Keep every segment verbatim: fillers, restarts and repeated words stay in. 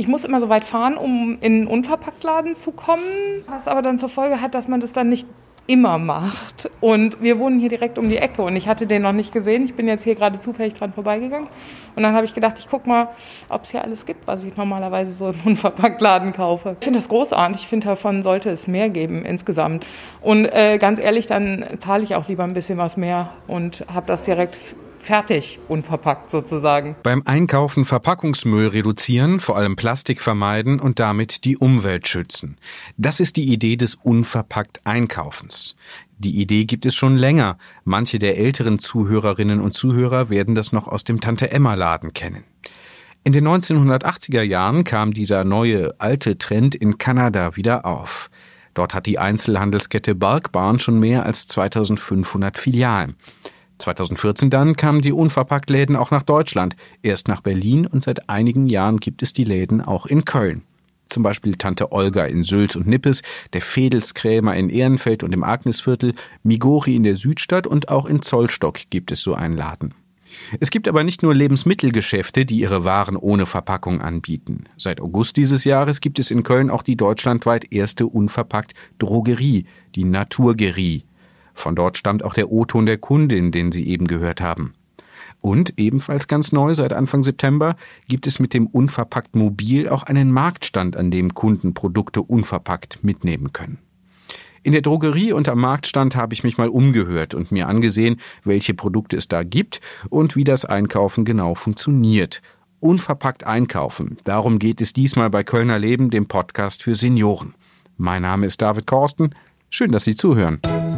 Ich muss immer so weit fahren, um in einen Unverpacktladen zu kommen, was aber dann zur Folge hat, dass man das dann nicht immer macht. Und wir wohnen hier direkt um die Ecke und ich hatte den noch nicht gesehen. Ich bin jetzt hier gerade zufällig dran vorbeigegangen und dann habe ich gedacht, ich gucke mal, ob es hier alles gibt, was ich normalerweise so im Unverpacktladen kaufe. Ich finde das großartig. Ich finde, davon sollte es mehr geben insgesamt. Und äh, ganz ehrlich, dann zahle ich auch lieber ein bisschen was mehr und habe das direkt fertig, unverpackt sozusagen. Beim Einkaufen Verpackungsmüll reduzieren, vor allem Plastik vermeiden und damit die Umwelt schützen. Das ist die Idee des Unverpackt-Einkaufens. Die Idee gibt es schon länger. Manche der älteren Zuhörerinnen und Zuhörer werden das noch aus dem Tante-Emma-Laden kennen. In den neunzehnhundertachtziger Jahren kam dieser neue, alte Trend in Kanada wieder auf. Dort hat die Einzelhandelskette Bulk Barn schon mehr als zweitausendfünfhundert Filialen. zweitausendvierzehn dann kamen die Unverpacktläden auch nach Deutschland, erst nach Berlin und seit einigen Jahren gibt es die Läden auch in Köln. Zum Beispiel Tante Olga in Sülz und Nippes, der Vedelskrämer in Ehrenfeld und im Agnesviertel, Migori in der Südstadt und auch in Zollstock gibt es so einen Laden. Es gibt aber nicht nur Lebensmittelgeschäfte, die ihre Waren ohne Verpackung anbieten. Seit August dieses Jahres gibt es in Köln auch die deutschlandweit erste Unverpackt-Drogerie, die Naturgerie. Von dort stammt auch der O-Ton der Kundin, den Sie eben gehört haben. Und ebenfalls ganz neu seit Anfang September gibt es mit dem Unverpackt Mobil auch einen Marktstand, an dem Kunden Produkte unverpackt mitnehmen können. In der Drogerie und am Marktstand habe ich mich mal umgehört und mir angesehen, welche Produkte es da gibt und wie das Einkaufen genau funktioniert. Unverpackt einkaufen, darum geht es diesmal bei Kölner Leben, dem Podcast für Senioren. Mein Name ist David Korsten. Schön, dass Sie zuhören.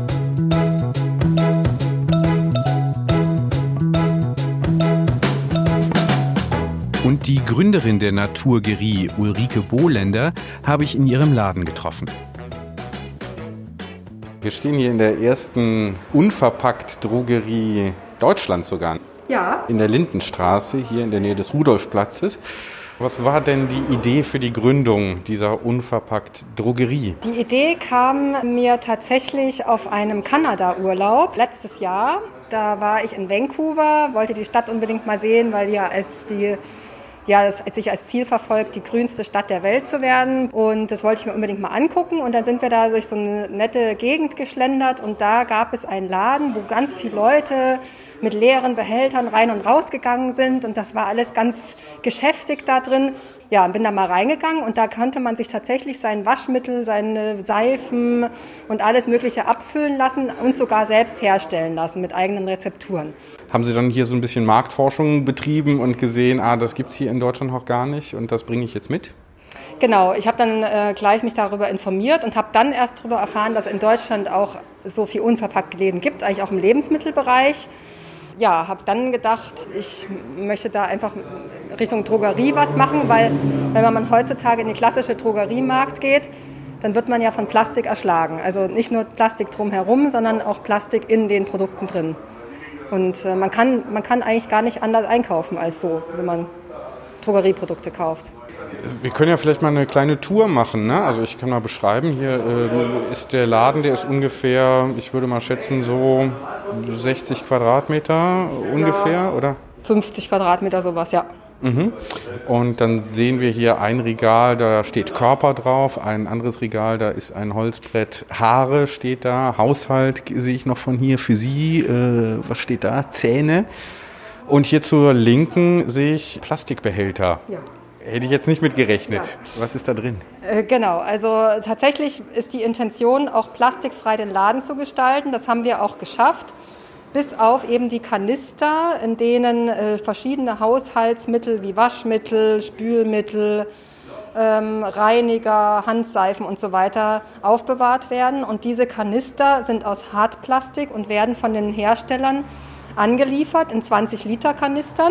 Und die Gründerin der Naturgerie, Ulrike Bohlender, habe ich in ihrem Laden getroffen. Wir stehen hier in der ersten Unverpackt-Drogerie Deutschlands sogar. Ja. In der Lindenstraße, hier in der Nähe des Rudolfplatzes. Was war denn die Idee für die Gründung dieser Unverpackt-Drogerie? Die Idee kam mir tatsächlich auf einem Kanada-Urlaub letztes Jahr. Da war ich in Vancouver, wollte die Stadt unbedingt mal ssehen, weil ja es die ja, es sich als Ziel verfolgt, die grünste Stadt der Welt zu werden. Und das wollte ich mir unbedingt mal angucken. Und dann sind wir da durch so eine nette Gegend geschlendert. Und da gab es einen Laden, wo ganz viele Leute mit leeren Behältern rein und raus gegangen sind. Und das war alles ganz geschäftig da drin. Ja, bin da mal reingegangen und da konnte man sich tatsächlich sein Waschmittel, seine Seifen und alles Mögliche abfüllen lassen und sogar selbst herstellen lassen mit eigenen Rezepturen. Haben Sie dann hier so ein bisschen Marktforschung betrieben und gesehen, ah, das gibt's hier in Deutschland noch gar nicht und das bringe ich jetzt mit? Genau, ich habe dann äh, gleich mich darüber informiert und habe dann erst darüber erfahren, dass es in Deutschland auch so viel unverpackte Läden gibt, eigentlich auch im Lebensmittelbereich. Ja, habe dann gedacht, ich möchte da einfach Richtung Drogerie was machen, weil wenn man heutzutage in die klassische Drogeriemarkt geht, dann wird man ja von Plastik erschlagen. Also nicht nur Plastik drumherum, sondern auch Plastik in den Produkten drin. Und äh, man kann, man kann eigentlich gar nicht anders einkaufen als so, wenn man Drogerieprodukte kauft. Wir können ja vielleicht mal eine kleine Tour machen, ne? Also ich kann mal beschreiben, hier äh, ist der Laden, der ist ungefähr, ich würde mal schätzen, so sechzig Quadratmeter ungefähr, ja, oder? fünfzig Quadratmeter, sowas, ja. Mhm. Und dann sehen wir hier ein Regal, da steht Körper drauf, ein anderes Regal, da ist ein Holzbrett, Haare steht da, Haushalt sehe ich noch von hier für Sie, äh, was steht da? Zähne. Und hier zur Linken sehe ich Plastikbehälter. Ja. Hätte ich jetzt nicht mit gerechnet. Ja. Was ist da drin? Äh, genau, also tatsächlich ist die Intention, auch plastikfrei den Laden zu gestalten. Das haben wir auch geschafft. Bis auf eben die Kanister, in denen äh, verschiedene Haushaltsmittel wie Waschmittel, Spülmittel, ähm, Reiniger, Handseifen und so weiter aufbewahrt werden. Und diese Kanister sind aus Hartplastik und werden von den Herstellern angeliefert in zwanzig Liter Kanistern.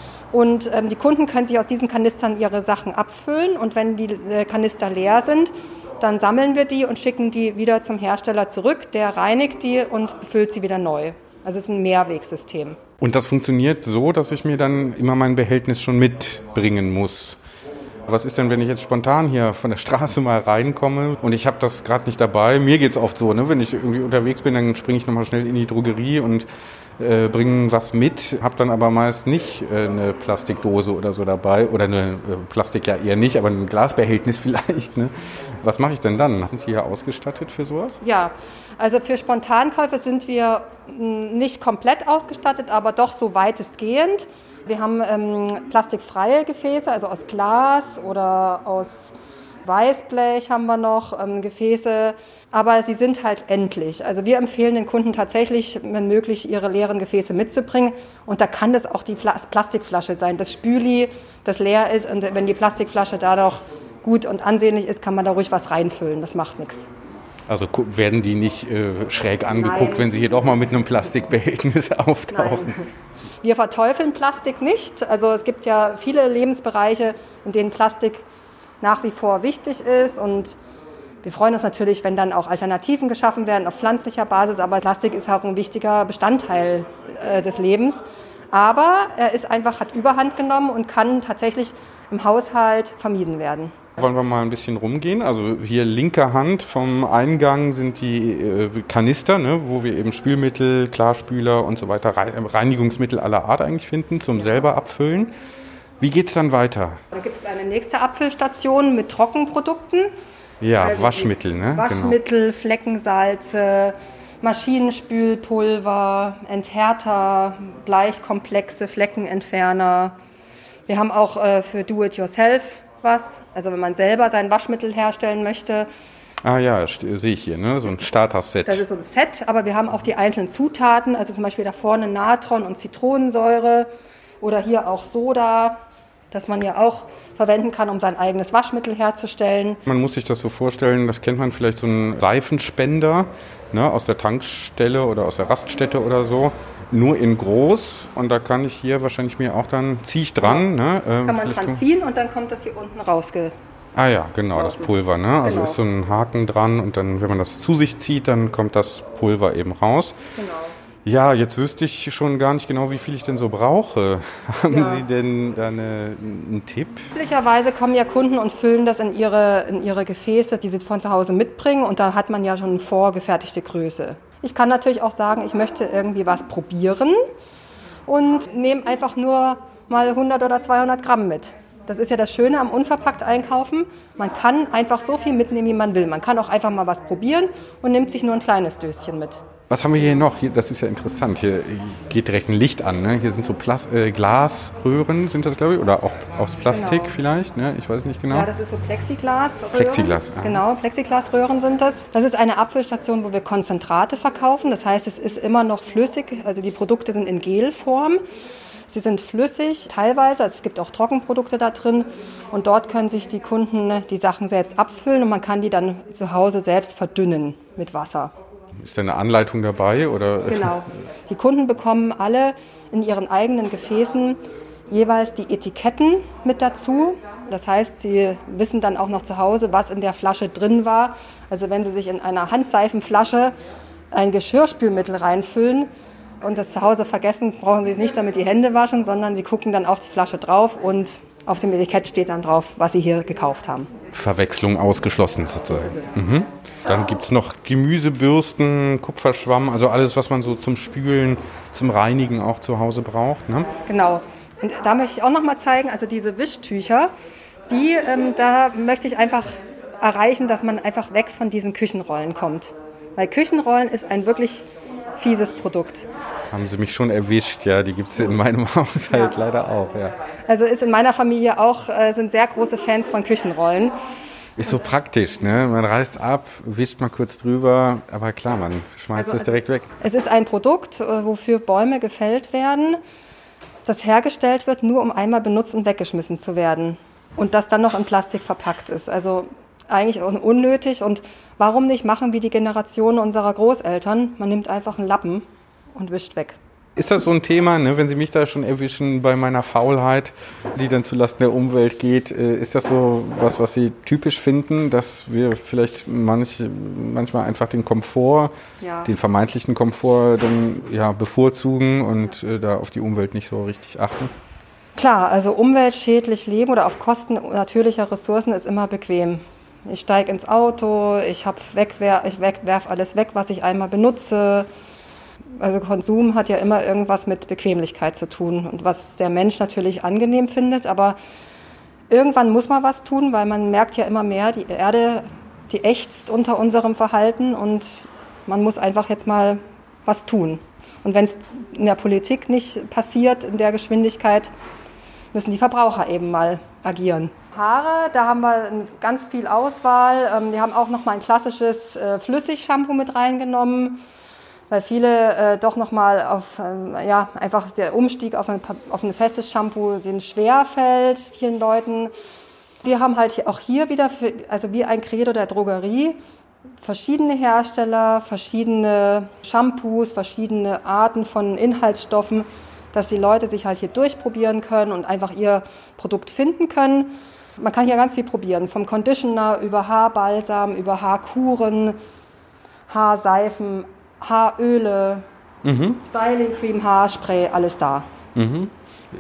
Und ähm, die Kunden können sich aus diesen Kanistern ihre Sachen abfüllen. Und wenn die äh, Kanister leer sind, dann sammeln wir die und schicken die wieder zum Hersteller zurück. Der reinigt die und befüllt sie wieder neu. Also es ist ein Mehrwegsystem. Und das funktioniert so, dass ich mir dann immer mein Behältnis schon mitbringen muss. Was ist denn, wenn ich jetzt spontan hier von der Straße mal reinkomme und ich habe das gerade nicht dabei? Mir geht's oft so, ne? Wenn ich irgendwie unterwegs bin, dann springe ich nochmal schnell in die Drogerie und äh, bringen was mit, habe dann aber meist nicht äh, eine Plastikdose oder so dabei oder eine äh, Plastik ja eher nicht, aber ein Glasbehältnis vielleicht. Ne? Was mache ich denn dann? Sind Sie hier ausgestattet für sowas? Ja, also für Spontankäufe sind wir nicht komplett ausgestattet, aber doch so weitestgehend. Wir haben ähm, plastikfreie Gefäße, also aus Glas oder aus Weißblech haben wir noch ähm, Gefäße, aber sie sind halt endlich. Also wir empfehlen den Kunden tatsächlich, wenn möglich, ihre leeren Gefäße mitzubringen. Und da kann das auch die Plastikflasche sein, das Spüli, das leer ist. Und wenn die Plastikflasche da noch gut und ansehnlich ist, kann man da ruhig was reinfüllen. Das macht nichts. Also werden die nicht äh, schräg angeguckt, Nein. wenn sie hier doch mal mit einem Plastikbehältnis auftauchen? Nein. Wir verteufeln Plastik nicht. Also es gibt ja viele Lebensbereiche, in denen Plastik nach wie vor wichtig ist. Und wir freuen uns natürlich, wenn dann auch Alternativen geschaffen werden auf pflanzlicher Basis. Aber Plastik ist auch ein wichtiger Bestandteil äh, des Lebens. Aber er ist einfach, hat Überhand genommen und kann tatsächlich im Haushalt vermieden werden. Wollen wir mal ein bisschen rumgehen? Also hier linker Hand vom Eingang sind die äh, Kanister, ne, wo wir eben Spülmittel, Klarspüler und so weiter, Reinigungsmittel aller Art eigentlich finden, zum selber abfüllen. Wie geht's dann weiter? Da gibt es eine nächste Abfüllstation mit Trockenprodukten. Ja, also Waschmittel, ne? Waschmittel, genau. Fleckensalze, Maschinenspülpulver, Enthärter, Bleichkomplexe, Fleckenentferner. Wir haben auch äh, für Do-it-yourself was, also wenn man selber sein Waschmittel herstellen möchte. Ah ja, sehe ich hier, ne? So ein Starter-Set. Das ist so ein Set, aber wir haben auch die einzelnen Zutaten, also zum Beispiel da vorne Natron und Zitronensäure oder hier auch Soda, das man ja auch verwenden kann, um sein eigenes Waschmittel herzustellen. Man muss sich das so vorstellen, das kennt man vielleicht so einen Seifenspender, ne, aus der Tankstelle oder aus der Raststätte oder so, nur in groß, und da kann ich hier wahrscheinlich mir auch dann, ziehe ich dran. Ne, äh, kann man dran ziehen und dann kommt das hier unten rausge... Ah ja, genau, das Pulver, ne? Also genau. Ist so ein Haken dran und dann, wenn man das zu sich zieht, dann kommt das Pulver eben raus. Genau. Ja, jetzt wüsste ich schon gar nicht genau, wie viel ich denn so brauche. Haben Ja. Sie denn da eine, einen Tipp? Üblicherweise kommen ja Kunden und füllen das in ihre, in ihre Gefäße, die sie von zu Hause mitbringen, und da hat man ja schon eine vorgefertigte Größe. Ich kann natürlich auch sagen, ich möchte irgendwie was probieren und nehme einfach nur mal hundert oder zweihundert Gramm mit. Das ist ja das Schöne am unverpackt Einkaufen. Man kann einfach so viel mitnehmen, wie man will. Man kann auch einfach mal was probieren und nimmt sich nur ein kleines Döschen mit. Was haben wir hier noch? Hier, das ist ja interessant. Hier geht direkt ein Licht an. Ne? Hier sind so Plas- äh, Glasröhren, sind das, glaube ich, oder auch aus Plastik Genau. vielleicht. Ne? Ich weiß nicht genau. Ja, das ist so Plexiglasröhren. Plexiglas, ja. Genau, Plexiglasröhren sind das. Das ist eine Abfüllstation, wo wir Konzentrate verkaufen. Das heißt, es ist immer noch flüssig. Also die Produkte sind in Gelform. Sie sind flüssig, teilweise, also es gibt auch Trockenprodukte da drin, und dort können sich die Kunden die Sachen selbst abfüllen und man kann die dann zu Hause selbst verdünnen mit Wasser. Ist da eine Anleitung dabei? Oder? Genau. Die Kunden bekommen alle in ihren eigenen Gefäßen jeweils die Etiketten mit dazu. Das heißt, sie wissen dann auch noch zu Hause, was in der Flasche drin war. Also wenn sie sich in einer Handseifenflasche ein Geschirrspülmittel reinfüllen und das zu Hause vergessen, brauchen sie nicht damit die Hände waschen, sondern sie gucken dann auf die Flasche drauf und auf dem Etikett steht dann drauf, was sie hier gekauft haben. Verwechslung ausgeschlossen sozusagen. Mhm. Dann gibt es noch Gemüsebürsten, Kupferschwamm, also alles, was man so zum Spülen, zum Reinigen auch zu Hause braucht. Ne? Genau. Und da möchte ich auch noch mal zeigen, also diese Wischtücher, die, ähm, da möchte ich einfach erreichen, dass man einfach weg von diesen Küchenrollen kommt. Weil Küchenrollen ist ein wirklich fieses Produkt. Haben Sie mich schon erwischt, ja, die gibt es in meinem Haushalt Ja. leider auch, ja. Also ist in meiner Familie auch, äh, sind sehr große Fans von Küchenrollen. Ist so praktisch, ne? Man reißt ab, wischt mal kurz drüber, aber klar, man schmeißt Also, es direkt weg. Es ist ein Produkt, äh, wofür Bäume gefällt werden, das hergestellt wird, nur um einmal benutzt und weggeschmissen zu werden. Und das dann noch in Plastik verpackt ist. Also eigentlich unnötig. Und warum nicht machen wie die Generation unserer Großeltern? Man nimmt einfach einen Lappen und wischt weg. Ist das so ein Thema, ne, wenn Sie mich da schon erwischen bei meiner Faulheit, die dann zulasten der Umwelt geht, äh, ist das so was, was Sie typisch finden, dass wir vielleicht manch, manchmal einfach den Komfort, Ja. den vermeintlichen Komfort dann ja, bevorzugen und äh, da auf die Umwelt nicht so richtig achten? Klar, also umweltschädlich leben oder auf Kosten natürlicher Ressourcen ist immer bequem. Ich steige ins Auto, ich, hab wegwer- ich weg, werf alles weg, was ich einmal benutze. Also Konsum hat ja immer irgendwas mit Bequemlichkeit zu tun und was der Mensch natürlich angenehm findet, aber irgendwann muss man was tun, weil man merkt ja immer mehr, die Erde, die ächzt unter unserem Verhalten und man muss einfach jetzt mal was tun. Und wenn es in der Politik nicht passiert in der Geschwindigkeit, müssen die Verbraucher eben mal agieren. Haare, da haben wir ganz viel Auswahl. Wir haben auch noch mal ein klassisches Flüssigshampoo mit reingenommen, weil viele äh, doch nochmal auf, ähm, ja, einfach der Umstieg auf ein, auf ein festes Shampoo denen schwer fällt, vielen Leuten. Wir haben halt auch hier wieder, für, also wie ein Credo der Drogerie, verschiedene Hersteller, verschiedene Shampoos, verschiedene Arten von Inhaltsstoffen, dass die Leute sich halt hier durchprobieren können und einfach ihr Produkt finden können. Man kann hier ganz viel probieren, vom Conditioner über Haarbalsam, über Haarkuren, Haarseifen, Haaröle, mhm. Styling Cream, Haarspray, alles da. Mhm.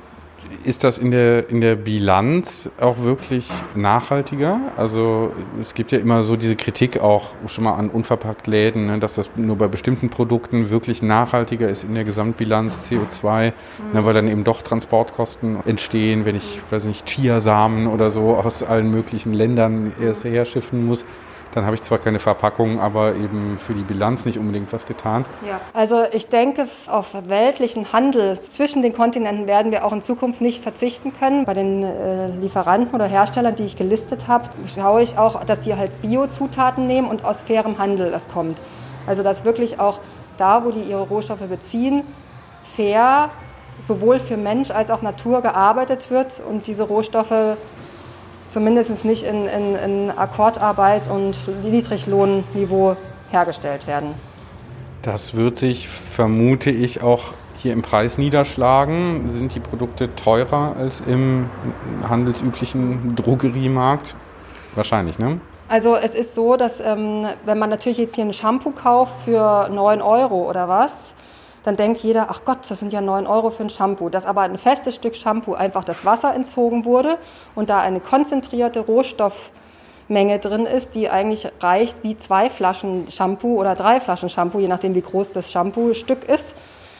Ist das in der, in der Bilanz auch wirklich nachhaltiger? Also es gibt ja immer so diese Kritik auch schon mal an Unverpacktläden, ne, dass das nur bei bestimmten Produkten wirklich nachhaltiger ist in der Gesamtbilanz C O zwei, mhm. ne, weil dann eben doch Transportkosten entstehen, wenn ich, weiß nicht, Chiasamen oder so aus allen möglichen Ländern erst herschiffen muss. Dann habe ich zwar keine Verpackung, aber eben für die Bilanz nicht unbedingt was getan. Ja. Also ich denke, auf weltlichen Handel zwischen den Kontinenten werden wir auch in Zukunft nicht verzichten können. Bei den äh, Lieferanten oder Herstellern, die ich gelistet habe, schaue ich auch, dass sie halt Biozutaten nehmen und aus fairem Handel das kommt. Also dass wirklich auch da, wo die ihre Rohstoffe beziehen, fair sowohl für Mensch als auch Natur gearbeitet wird und diese Rohstoffe zumindest nicht in, in, in Akkordarbeit und Niedriglohnniveau hergestellt werden. Das wird sich, vermute ich, auch hier im Preis niederschlagen. Sind die Produkte teurer als im handelsüblichen Drogeriemarkt? Wahrscheinlich, ne? Also es ist so, dass ähm, wenn man natürlich jetzt hier ein Shampoo kauft für neun Euro oder was, dann denkt jeder, ach Gott, das sind ja neun Euro für ein Shampoo. Dass aber ein festes Stück Shampoo einfach das Wasser entzogen wurde und da eine konzentrierte Rohstoffmenge drin ist, die eigentlich reicht wie zwei Flaschen Shampoo oder drei Flaschen Shampoo, je nachdem wie groß das Shampoo-Stück ist.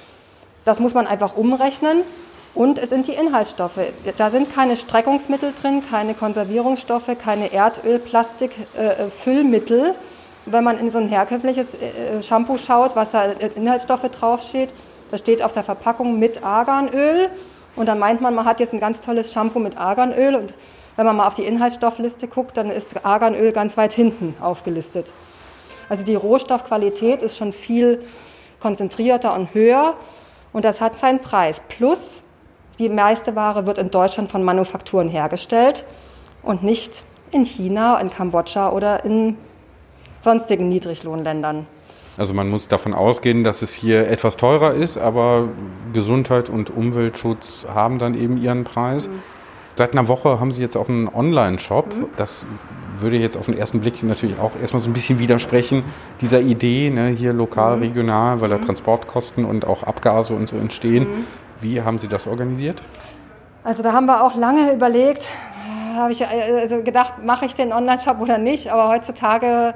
Das muss man einfach umrechnen. Und es sind die Inhaltsstoffe. Da sind keine Streckungsmittel drin, keine Konservierungsstoffe, keine Erdöl-, Plastik-, äh, Füllmittel. Wenn man in so ein herkömmliches Shampoo schaut, was da als Inhaltsstoffe draufsteht, da steht auf der Verpackung mit Arganöl und dann meint man, man hat jetzt ein ganz tolles Shampoo mit Arganöl und wenn man mal auf die Inhaltsstoffliste guckt, dann ist Arganöl ganz weit hinten aufgelistet. Also die Rohstoffqualität ist schon viel konzentrierter und höher und das hat seinen Preis. Plus die meiste Ware wird in Deutschland von Manufakturen hergestellt und nicht in China, in Kambodscha oder in sonstigen Niedriglohnländern. Also man muss davon ausgehen, dass es hier etwas teurer ist, aber Gesundheit und Umweltschutz haben dann eben ihren Preis. Mhm. Seit einer Woche haben Sie jetzt auch einen Online-Shop. Mhm. Das würde jetzt auf den ersten Blick natürlich auch erstmal so ein bisschen widersprechen, dieser Idee, ne, hier lokal, mhm. regional, weil da Transportkosten und auch Abgase und so entstehen. Mhm. Wie haben Sie das organisiert? Also da haben wir auch lange überlegt, habe ich also gedacht, mache ich den Online-Shop oder nicht, aber heutzutage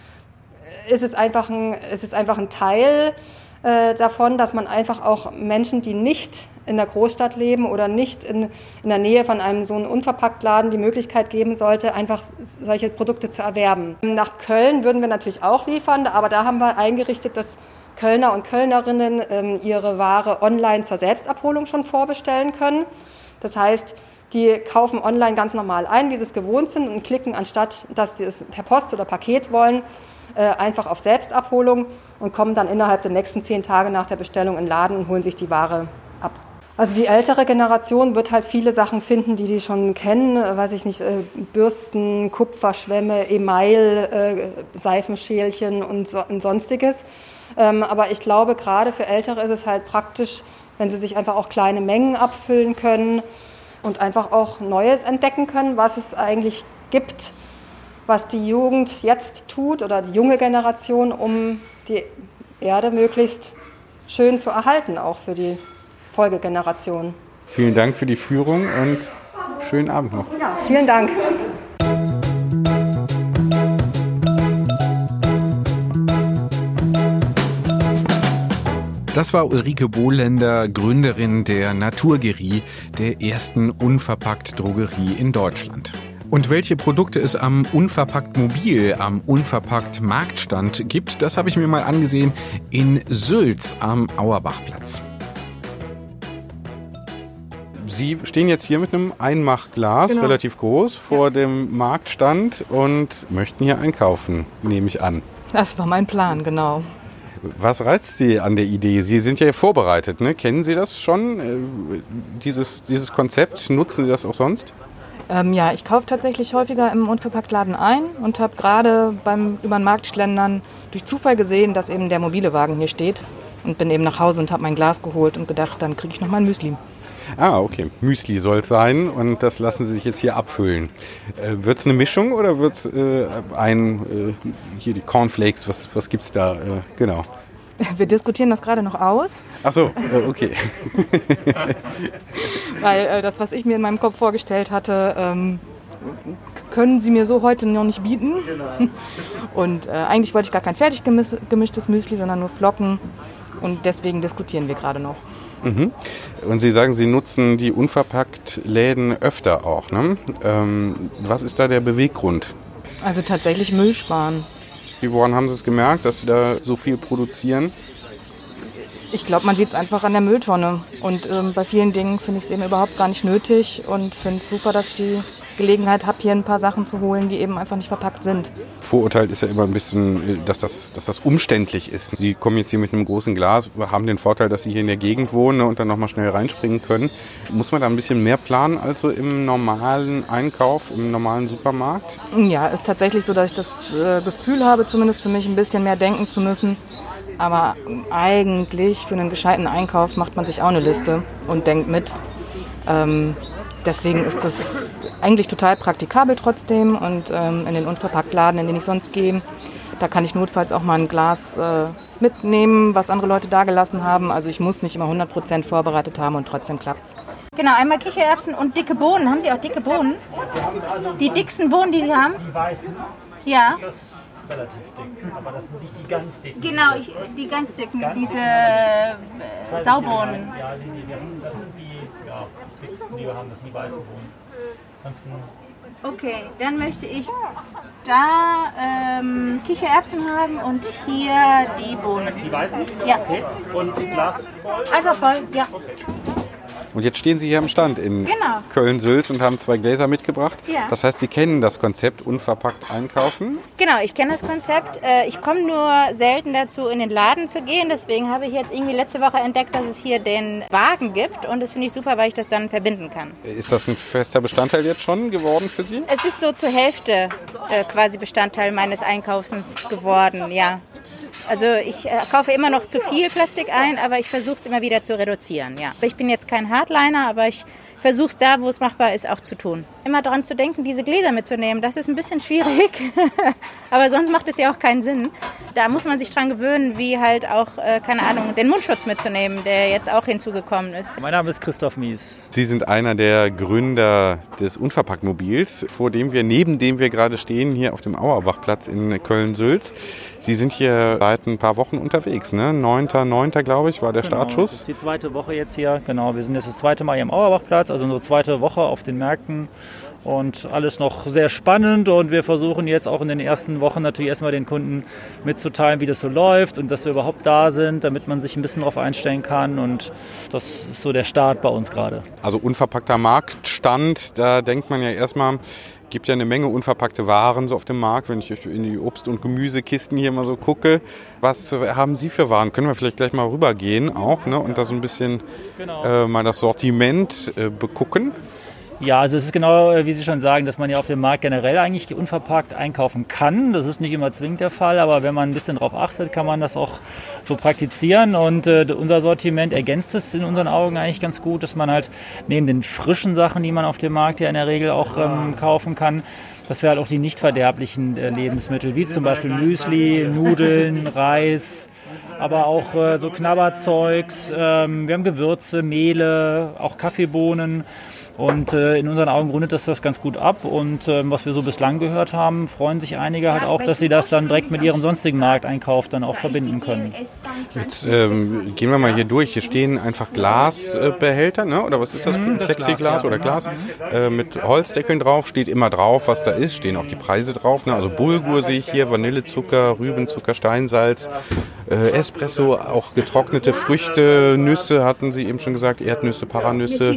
ist es einfach ein, ist es einfach ein Teil äh, davon, dass man einfach auch Menschen, die nicht in der Großstadt leben oder nicht in, in der Nähe von einem so einem Unverpacktladen die Möglichkeit geben sollte, einfach solche Produkte zu erwerben. Nach Köln würden wir natürlich auch liefern, aber da haben wir eingerichtet, dass Kölner und Kölnerinnen ähm, ihre Ware online zur Selbstabholung schon vorbestellen können. Das heißt, die kaufen online ganz normal ein, wie sie es gewohnt sind und klicken, anstatt dass sie es per Post oder Paket wollen, einfach auf Selbstabholung und kommen dann innerhalb der nächsten zehn Tage nach der Bestellung in den Laden und holen sich die Ware ab. Also die ältere Generation wird halt viele Sachen finden, die die schon kennen, weiß ich nicht, Bürsten, Kupferschwämme, Email, Seifenschälchen und, so, und sonstiges. Aber ich glaube, gerade für Ältere ist es halt praktisch, wenn sie sich einfach auch kleine Mengen abfüllen können und einfach auch Neues entdecken können, was es eigentlich gibt, was die Jugend jetzt tut oder die junge Generation, um die Erde möglichst schön zu erhalten, auch für die Folgegeneration. Vielen Dank für die Führung und schönen Abend noch. Ja, vielen Dank. Das war Ulrike Bohlender, Gründerin der Naturgerie, der ersten Unverpackt-Drogerie in Deutschland. Und welche Produkte es am Unverpackt Mobil, am Unverpackt Marktstand gibt, das habe ich mir mal angesehen in Sülz am Auerbachplatz. Sie stehen jetzt hier mit einem Einmachglas, genau, relativ groß, vor ja. dem Marktstand und möchten hier einkaufen, nehme ich an. Das war mein Plan, genau. Was reizt Sie an der Idee? Sie sind ja vorbereitet, ne? Kennen Sie das schon, dieses, dieses Konzept? Nutzen Sie das auch sonst? Ähm, ja, ich kaufe tatsächlich häufiger im Unverpacktladen ein und habe gerade beim über den Markt schlendern durch Zufall gesehen, dass eben der mobile Wagen hier steht und bin eben nach Hause und habe mein Glas geholt und gedacht, dann kriege ich noch mal ein Müsli. Ah, okay. Müsli soll es sein und das lassen Sie sich jetzt hier abfüllen. Äh, wird es eine Mischung oder wird es äh, ein, äh, hier die Cornflakes, was, was gibt es da? Äh, genau. Wir diskutieren das gerade noch aus. Ach so, äh, okay. Weil äh, das, was ich mir in meinem Kopf vorgestellt hatte, ähm, können Sie mir so heute noch nicht bieten. Und äh, eigentlich wollte ich gar kein fertig gemischtes Müsli, sondern nur Flocken. Und deswegen diskutieren wir gerade noch. Mhm. Und Sie sagen, Sie nutzen die Unverpackt-Läden öfter auch, ne? Ähm, was ist da der Beweggrund? Also tatsächlich Müll sparen. Woran haben Sie es gemerkt, dass Sie da so viel produzieren? Ich glaube, man sieht es einfach an der Mülltonne. Und ähm, bei vielen Dingen finde ich es eben überhaupt gar nicht nötig und finde es super, dass ich die Gelegenheit habe, hier ein paar Sachen zu holen, die eben einfach nicht verpackt sind. Vorurteil ist ja immer ein bisschen, dass das, dass das umständlich ist. Sie kommen jetzt hier mit einem großen Glas, haben den Vorteil, dass Sie hier in der Gegend wohnen und dann nochmal schnell reinspringen können. Muss man da ein bisschen mehr planen als so im normalen Einkauf, im normalen Supermarkt? Ja, ist tatsächlich so, dass ich das äh, Gefühl habe, zumindest für mich ein bisschen mehr denken zu müssen. Aber eigentlich für einen gescheiten Einkauf macht man sich auch eine Liste und denkt mit. Ähm, deswegen ist das eigentlich total praktikabel trotzdem und ähm, in den Unverpacktladen, in denen ich sonst gehe, da kann ich notfalls auch mal ein Glas äh, mitnehmen, was andere Leute da gelassen haben. Also ich muss nicht immer hundert Prozent vorbereitet haben und trotzdem klappt's. Genau, einmal Kichererbsen und dicke Bohnen. Haben Sie auch dicke Bohnen? Die dicksten Bohnen, die Sie haben? Die weißen? Ja. Das ist relativ dick, aber das sind nicht die ganz dicken. Genau, ich, die ganz dicken, ganz diese äh, Saubohnen. Ja, die, die, die haben, das sind die ja, dicksten, die wir haben, das sind die weißen Bohnen. Okay, dann möchte ich da ähm, Kichererbsen haben und hier die Bohnen. Die weißen? Ja. Okay. Und Glas voll? Einfach voll, ja. Okay. Und jetzt stehen Sie hier am Stand in genau. Köln-Sülz und haben zwei Gläser mitgebracht. Ja. Das heißt, Sie kennen das Konzept unverpackt einkaufen? Genau, ich kenne das Konzept. Ich komme nur selten dazu, in den Laden zu gehen. Deswegen habe ich jetzt irgendwie letzte Woche entdeckt, dass es hier den Wagen gibt. Und das finde ich super, weil ich das dann verbinden kann. Ist das ein fester Bestandteil jetzt schon geworden für Sie? Es ist so zur Hälfte äh, quasi Bestandteil meines Einkaufens geworden, ja. Also ich äh, kaufe immer noch zu viel Plastik ein, aber ich versuche es immer wieder zu reduzieren. Ja. Ich bin jetzt kein Hardliner, aber ich versuche es da, wo es machbar ist, auch zu tun. Immer daran zu denken, diese Gläser mitzunehmen, das ist ein bisschen schwierig, aber sonst macht es ja auch keinen Sinn. Da muss man sich dran gewöhnen, wie halt auch, äh, keine Ahnung, den Mundschutz mitzunehmen, der jetzt auch hinzugekommen ist. Mein Name ist Christoph Mies. Sie sind einer der Gründer des Unverpackt-Mobils, vor dem wir, neben dem wir gerade stehen, hier auf dem Auerbachplatz in Köln-Sülz. Sie sind hier seit ein paar Wochen unterwegs, ne? neunter neunter glaube ich, war der genau, Startschuss. Das ist die zweite Woche jetzt hier. Genau, wir sind jetzt das zweite Mal hier am Auerbachplatz, also unsere zweite Woche auf den Märkten. Und alles noch sehr spannend und wir versuchen jetzt auch in den ersten Wochen natürlich erstmal den Kunden mitzuteilen, wie das so läuft und dass wir überhaupt da sind, damit man sich ein bisschen darauf einstellen kann und das ist so der Start bei uns gerade. Also unverpackter Marktstand, da denkt man ja erstmal, gibt ja eine Menge unverpackte Waren so auf dem Markt, wenn ich in die Obst- und Gemüsekisten hier mal so gucke. Was haben Sie für Waren? Können wir vielleicht gleich mal rübergehen auch, ne? Und da so ein bisschen genau. äh, mal das Sortiment äh, begucken? Ja, also es ist genau, wie Sie schon sagen, dass man ja auf dem Markt generell eigentlich unverpackt einkaufen kann. Das ist nicht immer zwingend der Fall, aber wenn man ein bisschen darauf achtet, kann man das auch so praktizieren. Und äh, unser Sortiment ergänzt es in unseren Augen eigentlich ganz gut, dass man halt neben den frischen Sachen, die man auf dem Markt ja in der Regel auch ähm, kaufen kann, dass wir halt auch die nicht verderblichen äh, Lebensmittel, wie zum Beispiel Müsli, Nudeln, Reis, aber auch äh, so Knabberzeugs, ähm, wir haben Gewürze, Mehle, auch Kaffeebohnen. Und äh, in unseren Augen rundet das das ganz gut ab. Und äh, was wir so bislang gehört haben, freuen sich einige halt auch, dass sie das dann direkt mit ihrem sonstigen Markteinkauf dann auch verbinden können. Jetzt ähm, gehen wir mal hier durch. Hier stehen einfach Glasbehälter, ne? Oder was ist das? Mhm, das Plexiglas Glas, ja, oder Glas? Äh, mit Holzdeckeln drauf, steht immer drauf, was da ist. Stehen auch die Preise drauf. Ne? Also Bulgur sehe ich hier, Vanillezucker, Rübenzucker, Steinsalz, äh, Espresso, auch getrocknete Früchte, Nüsse hatten Sie eben schon gesagt, Erdnüsse, Paranüsse.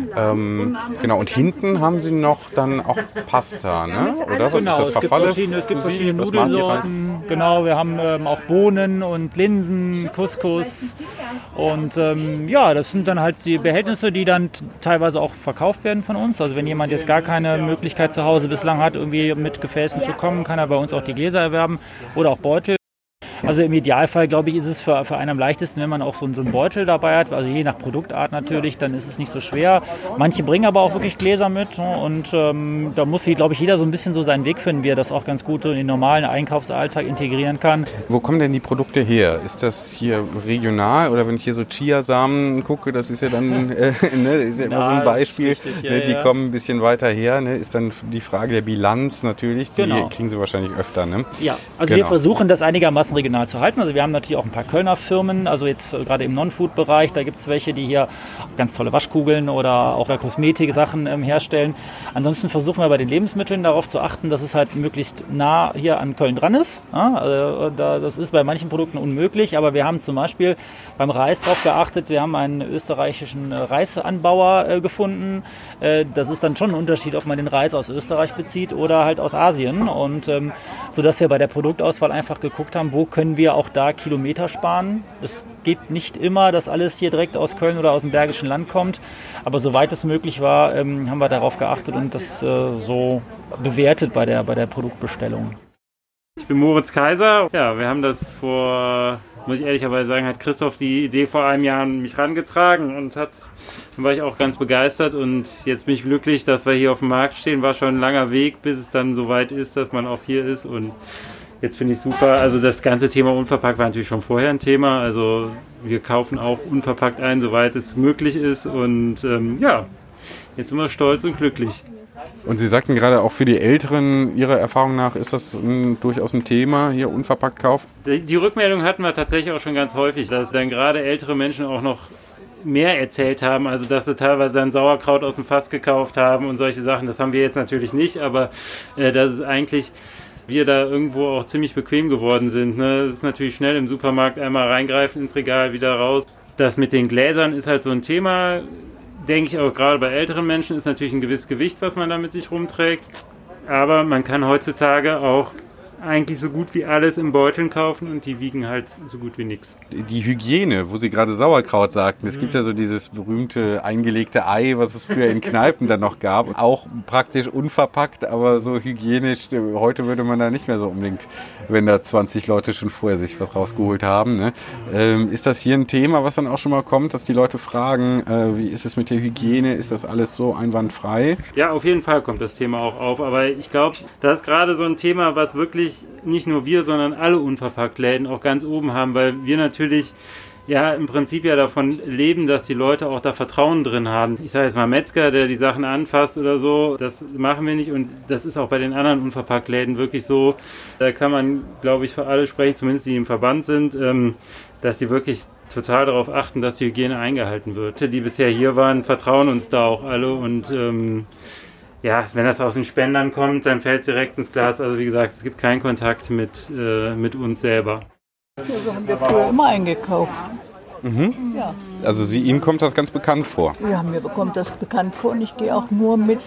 Ähm, genau, und hinten haben Sie noch dann auch Pasta, ne? Oder was Genau, ist das? es gibt Verfalle? verschiedene, es gibt Fusilli? verschiedene Was machen die rein? Nudelsorten. Genau, wir haben ähm, auch Bohnen und Linsen, Couscous. Und ähm, ja, das sind dann halt die Behältnisse, die dann t- teilweise auch verkauft werden von uns. Also wenn jemand jetzt gar keine Möglichkeit zu Hause bislang hat, irgendwie mit Gefäßen zu kommen, kann er bei uns auch die Gläser erwerben oder auch Beutel. Also im Idealfall, glaube ich, ist es für, für einen am leichtesten, wenn man auch so, so einen Beutel dabei hat. Also je nach Produktart natürlich, dann ist es nicht so schwer. Manche bringen aber auch wirklich Gläser mit. Ne? Und ähm, da muss, glaube ich, jeder so ein bisschen so seinen Weg finden, wie er das auch ganz gut in den normalen Einkaufsalltag integrieren kann. Wo kommen denn die Produkte her? Ist das hier regional oder wenn ich hier so Chiasamen gucke, das ist ja dann äh, ne, ist ja immer Ja, so ein Beispiel, richtig, ja, ne, die ja. kommen ein bisschen weiter her, ne, ist dann die Frage der Bilanz natürlich, die Genau. kriegen Sie wahrscheinlich öfter. Ne? Ja, also Genau. wir versuchen das einigermaßen regional zu halten. Also wir haben natürlich auch ein paar Kölner Firmen, also jetzt äh, gerade im Non-Food-Bereich, da gibt es welche, die hier ganz tolle Waschkugeln oder auch Kosmetik-Sachen ähm, herstellen. Ansonsten versuchen wir bei den Lebensmitteln darauf zu achten, dass es halt möglichst nah hier an Köln dran ist. Ja, also da, das ist bei manchen Produkten unmöglich, aber wir haben zum Beispiel beim Reis darauf geachtet, wir haben einen österreichischen äh, Reisanbauer äh, gefunden. Äh, das ist dann schon ein Unterschied, ob man den Reis aus Österreich bezieht oder halt aus Asien. Und ähm, sodass wir bei der Produktauswahl einfach geguckt haben, wo können wir auch da Kilometer sparen. Es geht nicht immer, dass alles hier direkt aus Köln oder aus dem Bergischen Land kommt, aber soweit es möglich war, ähm, haben wir darauf geachtet und das äh, so bewertet bei der, bei der Produktbestellung. Ich bin Moritz Kaiser. Ja, wir haben das vor, muss ich ehrlicherweise sagen, hat Christoph die Idee vor einem Jahr an mich herangetragen und hat, dann war ich auch ganz begeistert und jetzt bin ich glücklich, dass wir hier auf dem Markt stehen. War schon ein langer Weg, bis es dann soweit ist, dass man auch hier ist und jetzt finde ich super, also das ganze Thema unverpackt war natürlich schon vorher ein Thema, also wir kaufen auch unverpackt ein, soweit es möglich ist und ähm, ja, jetzt sind wir stolz und glücklich. Und Sie sagten gerade auch für die Älteren, Ihrer Erfahrung nach, ist das ein, durchaus ein Thema, hier unverpackt kaufen? Die, die Rückmeldung hatten wir tatsächlich auch schon ganz häufig, dass dann gerade ältere Menschen auch noch mehr erzählt haben, also dass sie teilweise ein Sauerkraut aus dem Fass gekauft haben und solche Sachen, das haben wir jetzt natürlich nicht, aber äh, das ist eigentlich wir da irgendwo auch ziemlich bequem geworden sind. Ne? Das ist natürlich schnell im Supermarkt einmal reingreifen ins Regal, wieder raus. Das mit den Gläsern ist halt so ein Thema, denke ich auch gerade bei älteren Menschen, ist natürlich ein gewisses Gewicht, was man da mit sich rumträgt. Aber man kann heutzutage auch eigentlich so gut wie alles in Beuteln kaufen und die wiegen halt so gut wie nichts. Die Hygiene, wo Sie gerade Sauerkraut sagten, es mhm. gibt ja so dieses berühmte eingelegte Ei, was es früher in Kneipen dann noch gab, auch praktisch unverpackt, aber so hygienisch, heute würde man da nicht mehr so unbedingt, wenn da zwanzig Leute schon vorher sich was rausgeholt haben. Ne? Ähm, ist das hier ein Thema, was dann auch schon mal kommt, dass die Leute fragen, äh, wie ist es mit der Hygiene, ist das alles so einwandfrei? Ja, auf jeden Fall kommt das Thema auch auf, aber ich glaube, das ist gerade so ein Thema, was wirklich nicht nur wir, sondern alle Unverpackt-Läden auch ganz oben haben, weil wir natürlich ja im Prinzip ja davon leben, dass die Leute auch da Vertrauen drin haben. Ich sage jetzt mal Metzger, der die Sachen anfasst oder so, das machen wir nicht und das ist auch bei den anderen Unverpackt-Läden wirklich so. Da kann man, glaube ich, für alle sprechen, zumindest die im Verband sind, dass sie wirklich total darauf achten, dass die Hygiene eingehalten wird. Die bisher hier waren, vertrauen uns da auch alle und ähm, ja, wenn das aus den Spendern kommt, dann fällt es direkt ins Glas. Also wie gesagt, es gibt keinen Kontakt mit, äh, mit uns selber. Ja, so haben wir früher immer eingekauft. Mhm. Ja. Also Sie, Ihnen kommt das ganz bekannt vor? Ja, mir kommt das bekannt vor und ich gehe auch nur mit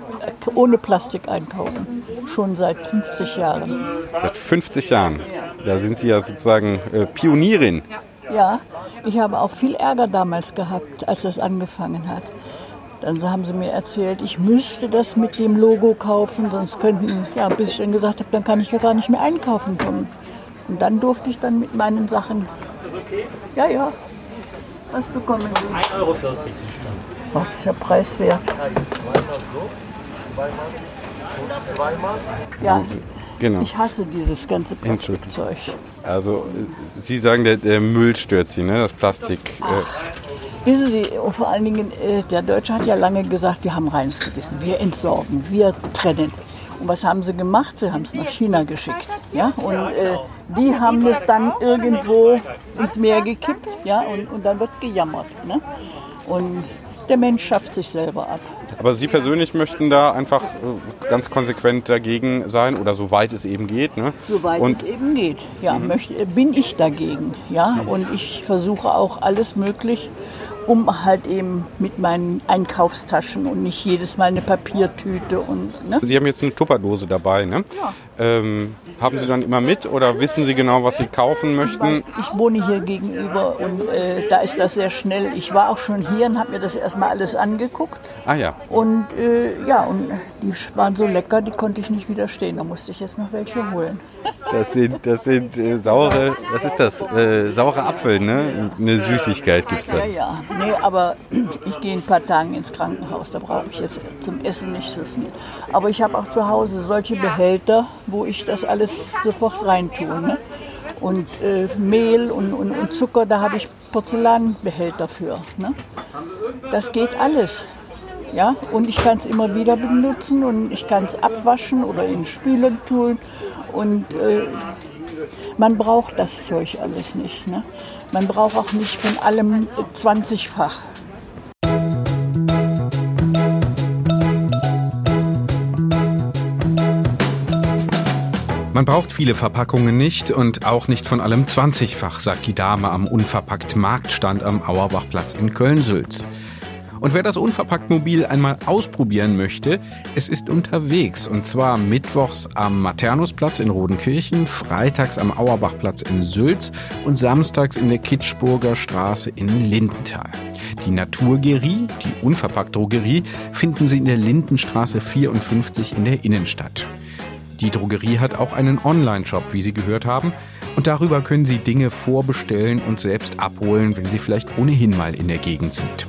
ohne Plastik einkaufen. Schon seit fünfzig Jahren. Seit fünfzig Jahren? Da sind Sie ja sozusagen äh, Pionierin. Ja, ich habe auch viel Ärger damals gehabt, als das angefangen hat. Dann haben sie mir erzählt, ich müsste das mit dem Logo kaufen, sonst könnten, ja, bis ich dann gesagt habe, dann kann ich ja gar nicht mehr einkaufen kommen. Und dann durfte ich dann mit meinen Sachen, ja, ja, was bekommen Sie? ein Euro vierzig. Ach, das ist ja preiswert. Ja, Genau. ich hasse dieses ganze Plastikzeug. Also Sie sagen, der, der Müll stört Sie, ne? Das Plastik. Äh, Wissen Sie, vor allen Dingen, der Deutsche hat ja lange gesagt, wir haben reines Gewissen, wir entsorgen, wir trennen. Und was haben sie gemacht? Sie haben es nach China geschickt. Ja? Und äh, die haben es dann irgendwo ins Meer gekippt, ja? und, und dann wird gejammert. Ne? Und der Mensch schafft sich selber ab. Aber Sie persönlich möchten da einfach ganz konsequent dagegen sein oder soweit es eben geht, ne? Soweit und es eben geht, ja, mhm. möchte, bin ich dagegen, ja, und ich versuche auch alles möglich, um halt eben mit meinen Einkaufstaschen und nicht jedes Mal eine Papiertüte und, ne? Sie haben jetzt eine Tupperdose dabei, ne? Ja. Ähm, haben Sie dann immer mit oder wissen Sie genau, was Sie kaufen möchten? Ich wohne hier gegenüber und äh, da ist das sehr schnell. Ich war auch schon hier und habe mir das erstmal alles angeguckt. Ah ja. Und äh, ja, und die waren so lecker, die konnte ich nicht widerstehen. Da musste ich jetzt noch welche holen. Das sind, das sind äh, saure, was ist das? Äh, saure Apfel, ne? Eine Süßigkeit gibt's da. Ja, ja. Nee, aber ich gehe in ein paar Tagen ins Krankenhaus. Da brauche ich jetzt zum Essen nicht so viel. Aber ich habe auch zu Hause solche Behälter, wo ich das alles sofort reintue. Ne? Und äh, Mehl und, und, und Zucker, da habe ich Porzellanbehälter für. Ne? Das geht alles. Ja? Und ich kann es immer wieder benutzen und ich kann es abwaschen oder in Spülen tun. Und äh, man braucht das Zeug alles nicht. Ne? Man braucht auch nicht von allem zwanzigfach. Man braucht viele Verpackungen nicht und auch nicht von allem zwanzigfach, sagt die Dame am Unverpackt-Marktstand am Auerbachplatz in Köln-Sülz. Und wer das Unverpackt-Mobil einmal ausprobieren möchte, es ist unterwegs. Und zwar mittwochs am Maternusplatz in Rodenkirchen, freitags am Auerbachplatz in Sülz und samstags in der Kitschburger Straße in Lindenthal. Die Naturgerie, die Unverpackt-Drogerie, finden Sie in der Lindenstraße vierundfünfzig in der Innenstadt. Die Drogerie hat auch einen Online-Shop, wie Sie gehört haben. Und darüber können Sie Dinge vorbestellen und selbst abholen, wenn Sie vielleicht ohnehin mal in der Gegend sind.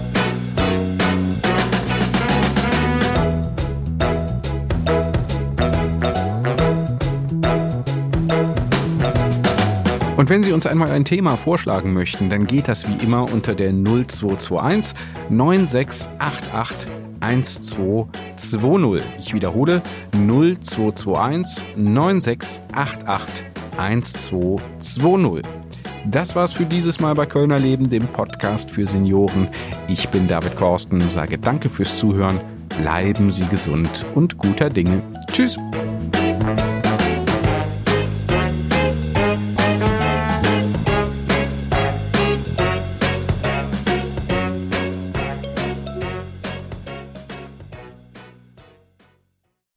Und wenn Sie uns einmal ein Thema vorschlagen möchten, dann geht das wie immer unter der null zwei zwei eins neun sechs acht acht eins zwei zwei null. Ich wiederhole null zwei zwei eins neun sechs acht acht eins zwei zwei null. Das war's für dieses Mal bei Kölner Leben, dem Podcast für Senioren. Ich bin David Korsten, sage danke fürs Zuhören, bleiben Sie gesund und guter Dinge. Tschüss!